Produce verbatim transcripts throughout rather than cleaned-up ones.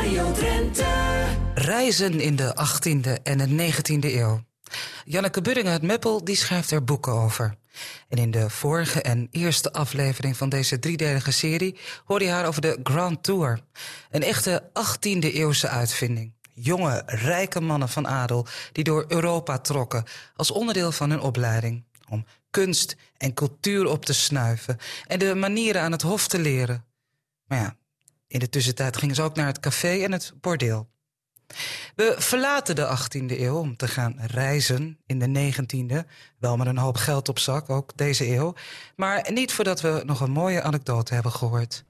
Radio Drenthe. Reizen in de achttiende en de negentiende eeuw. Janneke Buddinge uit Meppel die schrijft er boeken over. En in de vorige en eerste aflevering van deze driedelige serie hoorde je haar over de Grand Tour. Een echte achttiende eeuwse uitvinding. Jonge, rijke mannen van adel die door Europa trokken als onderdeel van hun opleiding. Om kunst en cultuur op te snuiven en de manieren aan het hof te leren. Maar ja, in de tussentijd gingen ze ook naar het café en het bordeel. We verlaten de achttiende eeuw om te gaan reizen in de negentiende. Wel met een hoop geld op zak, ook deze eeuw. Maar niet voordat we nog een mooie anekdote hebben gehoord.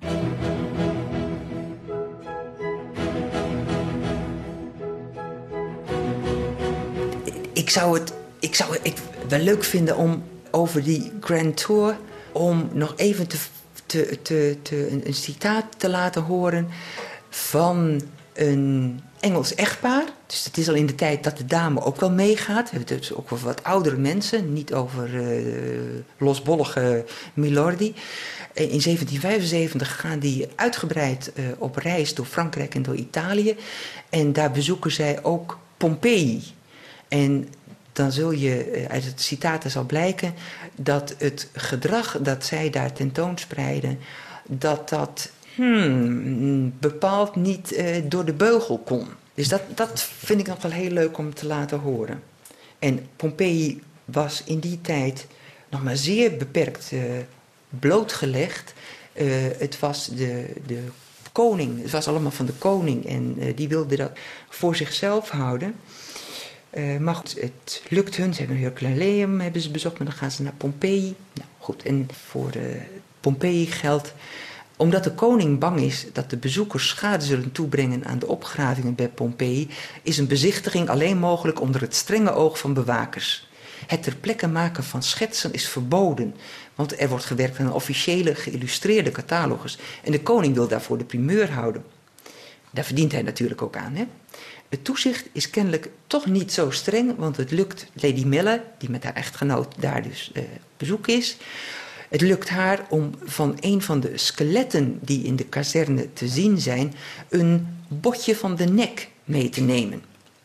Ik zou het, ik zou het wel leuk vinden om over die Grand Tour... om nog even te, te, te, te, een, een citaat te laten horen van een Engels echtpaar. Dus het is al in de tijd dat de dame ook wel meegaat. We hebben het dus ook over wat oudere mensen. Niet over uh, losbollige milordi. In zeventien vijfenzeventig gaan die uitgebreid uh, op reis door Frankrijk en door Italië. En daar bezoeken zij ook Pompeii. En dan zul je uit het citaat zal blijken dat het gedrag dat zij daar tentoonspreiden, dat dat hmm, bepaald niet uh, door de beugel kon. Dus dat, dat vind ik nog wel heel leuk om te laten horen. En Pompeii was in die tijd nog maar zeer beperkt uh, blootgelegd. Uh, het was de, de koning, het was allemaal van de koning en uh, die wilde dat voor zichzelf houden. Uh, maar goed, het lukt hun. Ze hebben Herculaneum hebben ze bezocht, maar dan gaan ze naar Pompeii. Nou goed, en voor uh, Pompeii geldt, omdat de koning bang is dat de bezoekers schade zullen toebrengen aan de opgravingen bij Pompeii, is een bezichtiging alleen mogelijk onder het strenge oog van bewakers. Het ter plekke maken van schetsen is verboden, want er wordt gewerkt aan een officiële geïllustreerde catalogus. En de koning wil daarvoor de primeur houden. Daar verdient hij natuurlijk ook aan, hè? Het toezicht is kennelijk toch niet zo streng, want het lukt Lady Mille, die met haar echtgenoot daar dus uh, op bezoek is, het lukt haar om van een van de skeletten die in de kazerne te zien zijn, een botje van de nek mee te nemen.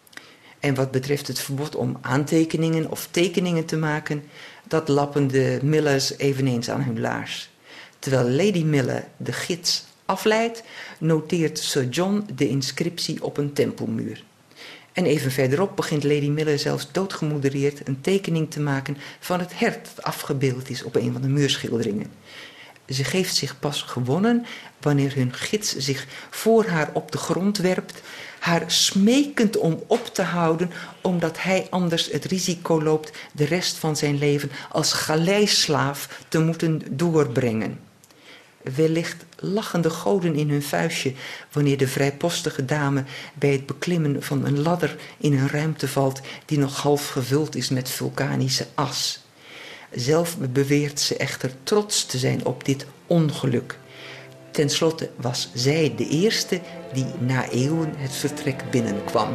En wat betreft het verbod om aantekeningen of tekeningen te maken, dat lappen de Milles eveneens aan hun laars. Terwijl Lady Mille de gids afleidt, noteert Sir John de inscriptie op een tempelmuur. En even verderop begint Lady Mille zelfs doodgemodereerd een tekening te maken van het hert dat afgebeeld is op een van de muurschilderingen. Ze geeft zich pas gewonnen wanneer hun gids zich voor haar op de grond werpt, haar smekend om op te houden, omdat hij anders het risico loopt de rest van zijn leven als galeislaaf te moeten doorbrengen. Wellicht lachen de goden in hun vuistje wanneer de vrijpostige dame bij het beklimmen van een ladder in een ruimte valt die nog half gevuld is met vulkanische as. Zelf beweert ze echter trots te zijn op dit ongeluk. Ten slotte was zij de eerste die na eeuwen het vertrek binnenkwam.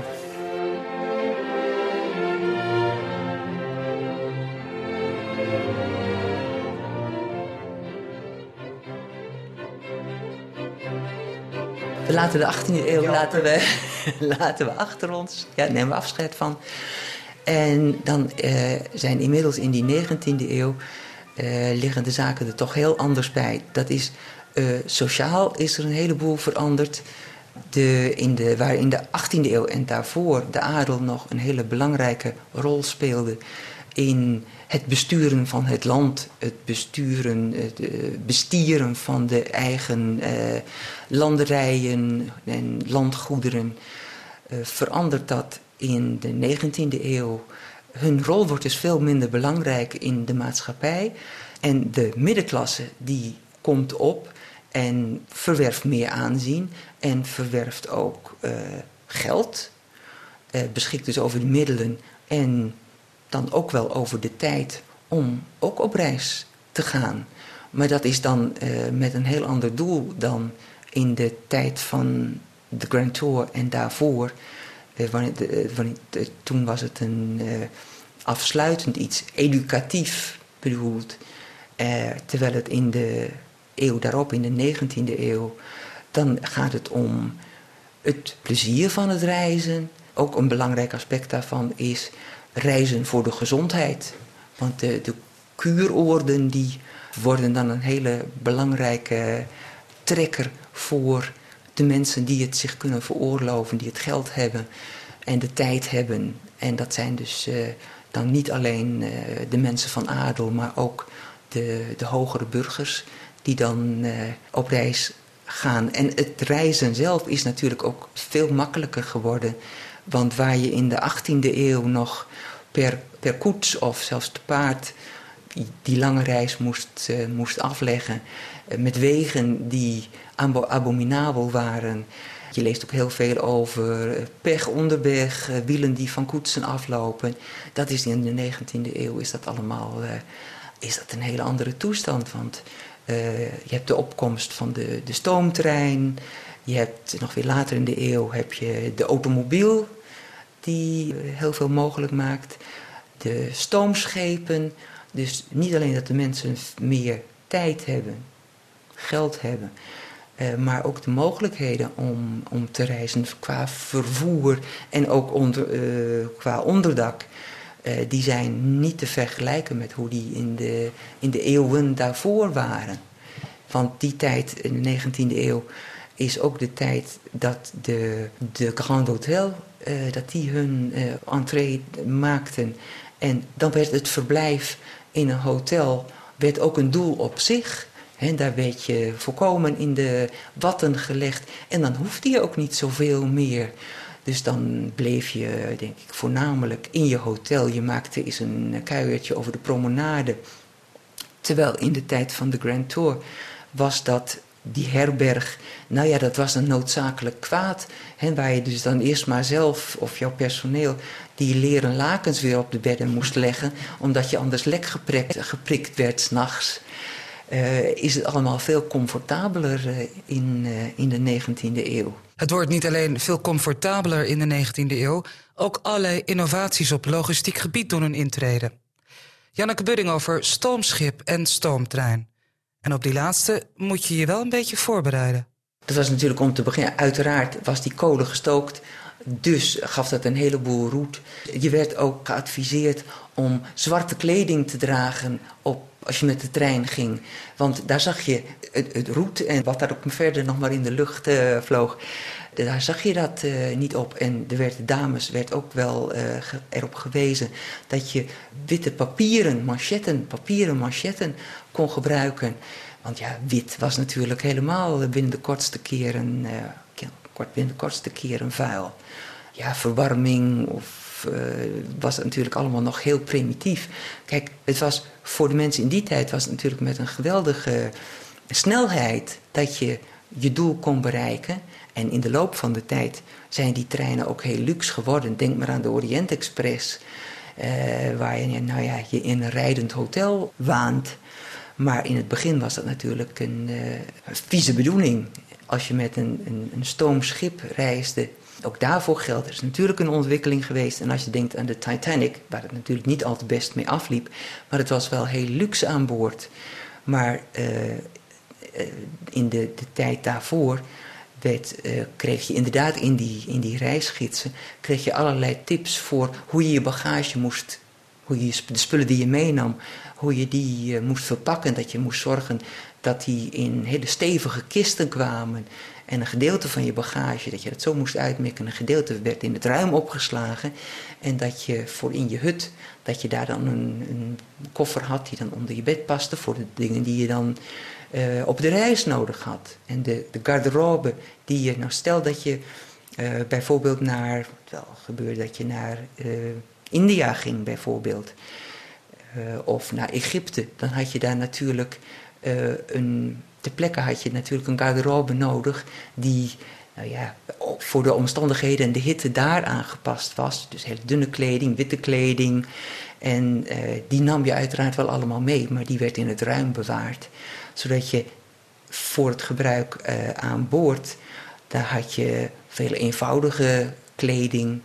We laten de achttiende eeuw laten we, laten we achter ons. Ja, daar nemen we afscheid van. En dan uh, zijn inmiddels in die negentiende eeuw uh, liggen de zaken er toch heel anders bij. Dat is, uh, sociaal is er een heleboel veranderd. De, in de, waar in de achttiende eeuw en daarvoor de adel nog een hele belangrijke rol speelde in het besturen van het land, het besturen, het bestieren van de eigen uh, landerijen en landgoederen, uh, verandert dat in de negentiende eeuw. Hun rol wordt dus veel minder belangrijk in de maatschappij. En de middenklasse die komt op en verwerft meer aanzien en verwerft ook uh, geld, uh, beschikt dus over de middelen en dan ook wel over de tijd om ook op reis te gaan. Maar dat is dan uh, met een heel ander doel dan in de tijd van de Grand Tour en daarvoor. Uh, wanneer de, wanneer de, toen was het een uh, afsluitend iets, educatief bedoeld. Uh, terwijl het in de eeuw daarop, in de negentiende eeuw, dan gaat het om het plezier van het reizen. Ook een belangrijk aspect daarvan is reizen voor de gezondheid. Want de, de kuuroorden die worden dan een hele belangrijke trekker voor de mensen die het zich kunnen veroorloven, die het geld hebben en de tijd hebben. En dat zijn dus uh, dan niet alleen uh, de mensen van adel, maar ook de, de hogere burgers die dan uh, op reis gaan. En het reizen zelf is natuurlijk ook veel makkelijker geworden. Want waar je in de achttiende eeuw nog per, per koets of zelfs te paard die lange reis moest, uh, moest afleggen, uh, met wegen die abo- abominabel waren. Je leest ook heel veel over uh, pech onderweg, uh, wielen die van koetsen aflopen. Dat is in de negentiende eeuw is dat allemaal uh, is dat een hele andere toestand. Want uh, je hebt de opkomst van de, de stoomtrein. Je hebt nog weer later in de eeuw heb je de automobiel die heel veel mogelijk maakt. De stoomschepen. Dus niet alleen dat de mensen meer tijd hebben, geld hebben, uh, maar ook de mogelijkheden om, om te reizen qua vervoer en ook onder, uh, qua onderdak. Uh, die zijn niet te vergelijken met hoe die in de, in de eeuwen daarvoor waren. Want die tijd in de negentiende eeuw is ook de tijd dat de, de Grand Hotel, uh, dat die hun uh, entree maakten. En dan werd het verblijf in een hotel werd ook een doel op zich. He, daar werd je volkomen in de watten gelegd. En dan hoefde je ook niet zoveel meer. Dus dan bleef je, denk ik, voornamelijk in je hotel. Je maakte eens een kuiertje over de promenade. Terwijl in de tijd van de Grand Tour was dat die herberg, nou ja, dat was een noodzakelijk kwaad. He, waar je dus dan eerst maar zelf of jouw personeel die leren lakens weer op de bedden moest leggen, omdat je anders lek geprikt, geprikt werd 's nachts. Uh, is het allemaal veel comfortabeler uh, in, uh, in de negentiende eeuw. Het wordt niet alleen veel comfortabeler in de negentiende eeuw, ook allerlei innovaties op logistiek gebied doen een intrede. Janneke Budding over stoomschip en stoomtrein. En op die laatste moet je je wel een beetje voorbereiden. Dat was natuurlijk om te beginnen. Uiteraard was die kolen gestookt. Dus gaf dat een heleboel roet. Je werd ook geadviseerd om zwarte kleding te dragen op, als je met de trein ging. Want daar zag je het, het roet en wat daar ook verder nog maar in de lucht uh, vloog. Daar zag je dat uh, niet op. En er werd, de dames werd ook wel uh, ge, erop gewezen dat je witte papieren manchetten, papieren manchetten kon gebruiken. Want ja, wit was natuurlijk helemaal binnen de kortste keren, uh, kort binnen de kortste keren vuil. Ja, verwarming of uh, was het natuurlijk allemaal nog heel primitief. Kijk, het was voor de mensen in die tijd was het natuurlijk met een geweldige snelheid dat je je doel kon bereiken. En in de loop van de tijd zijn die treinen ook heel luxe geworden. Denk maar aan de Orient Express, uh, waar je, nou ja, je in een rijdend hotel waant. Maar in het begin was dat natuurlijk een, uh, een vieze bedoeling. Als je met een, een, een stoomschip reisde, ook daarvoor geldt. Er is natuurlijk een ontwikkeling geweest. En als je denkt aan de Titanic, waar het natuurlijk niet al te best mee afliep, maar het was wel heel luxe aan boord. Maar uh, uh, in de, de tijd daarvoor werd, uh, kreeg je inderdaad in die, in die reisgidsen kreeg je allerlei tips voor hoe je je bagage moest, hoe je de spullen die je meenam, hoe je die uh, moest verpakken. Dat je moest zorgen dat die in hele stevige kisten kwamen. En een gedeelte van je bagage, dat je dat zo moest uitmikken. Een gedeelte werd in het ruim opgeslagen. En dat je voor in je hut, dat je daar dan een, een koffer had die dan onder je bed paste voor de dingen die je dan uh, op de reis nodig had. En de, de garderobe die je, nou stel dat je uh, bijvoorbeeld naar, wel gebeurde dat je naar uh, India ging bijvoorbeeld. Uh, of naar Egypte, dan had je daar natuurlijk uh, een, ter plekke had je natuurlijk een garderobe nodig die, nou ja, voor de omstandigheden en de hitte daar aangepast was. Dus hele dunne kleding, witte kleding. En uh, die nam je uiteraard wel allemaal mee, maar die werd in het ruim bewaard. Zodat je voor het gebruik uh, aan boord, daar had je veel eenvoudige kleding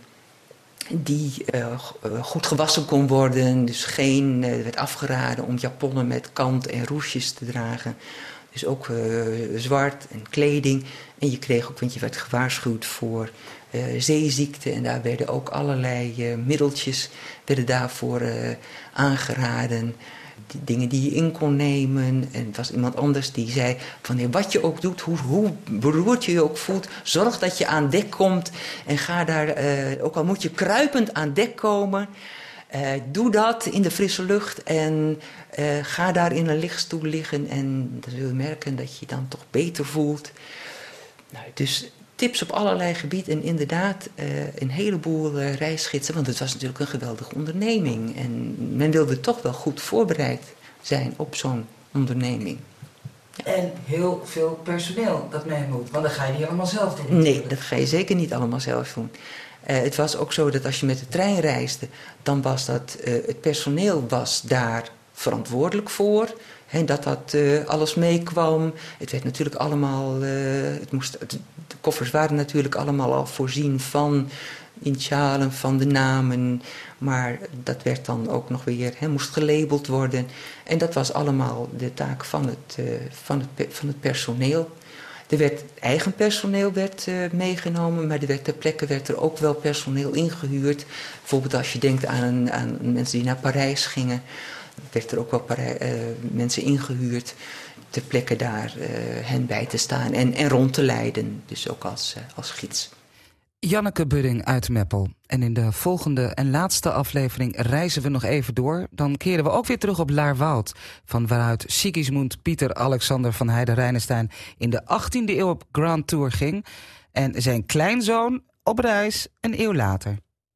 die uh, goed gewassen kon worden. Dus geen, uh, werd afgeraden om japonnen met kant en roesjes te dragen. Dus ook uh, zwart en kleding. En je kreeg ook, want je werd gewaarschuwd voor uh, zeeziekte. En daar werden ook allerlei uh, middeltjes werden daarvoor uh, aangeraden. Die dingen die je in kon nemen. En het was iemand anders die zei van ja, wat je ook doet, hoe, hoe beroerd je je ook voelt, zorg dat je aan dek komt. En ga daar, uh, ook al moet je kruipend aan dek komen, uh, doe dat in de frisse lucht. En uh, ga daar in een lichtstoel liggen. En dan zul je merken dat je je dan toch beter voelt. Nou, dus tips op allerlei gebieden. En inderdaad uh, een heleboel uh, reisgidsen. Want het was natuurlijk een geweldige onderneming. En men wilde toch wel goed voorbereid zijn op zo'n onderneming. En heel veel personeel dat mee moet. Want dat ga je niet allemaal zelf doen. Nee, dat ga je zeker niet allemaal zelf doen. Uh, het was ook zo dat als je met de trein reisde, dan was dat uh, het personeel was daar verantwoordelijk voor. En dat dat uh, alles meekwam. Het werd natuurlijk allemaal. Uh, het moest, het, de koffers waren natuurlijk allemaal al voorzien van initialen, van de namen. Maar dat werd dan ook nog weer, he, moest gelabeld worden. En dat was allemaal de taak van het, uh, van het, van het personeel. Er werd eigen personeel werd, uh, meegenomen, maar er werd, ter plekke werd er ook wel personeel ingehuurd. Bijvoorbeeld als je denkt aan, een, aan mensen die naar Parijs gingen, werd er ook wel Parij, uh, mensen ingehuurd ter plekke daar uh, hen bij te staan en, en rond te leiden, dus ook als, uh, als gids. Janneke Budding uit Meppel. En in de volgende en laatste aflevering reizen we nog even door. Dan keren we ook weer terug op Laarwoud, van waaruit Sigismund Pieter Alexander van Heide-Reinestein in de achttiende eeuw op Grand Tour ging. En zijn kleinzoon op reis een eeuw later.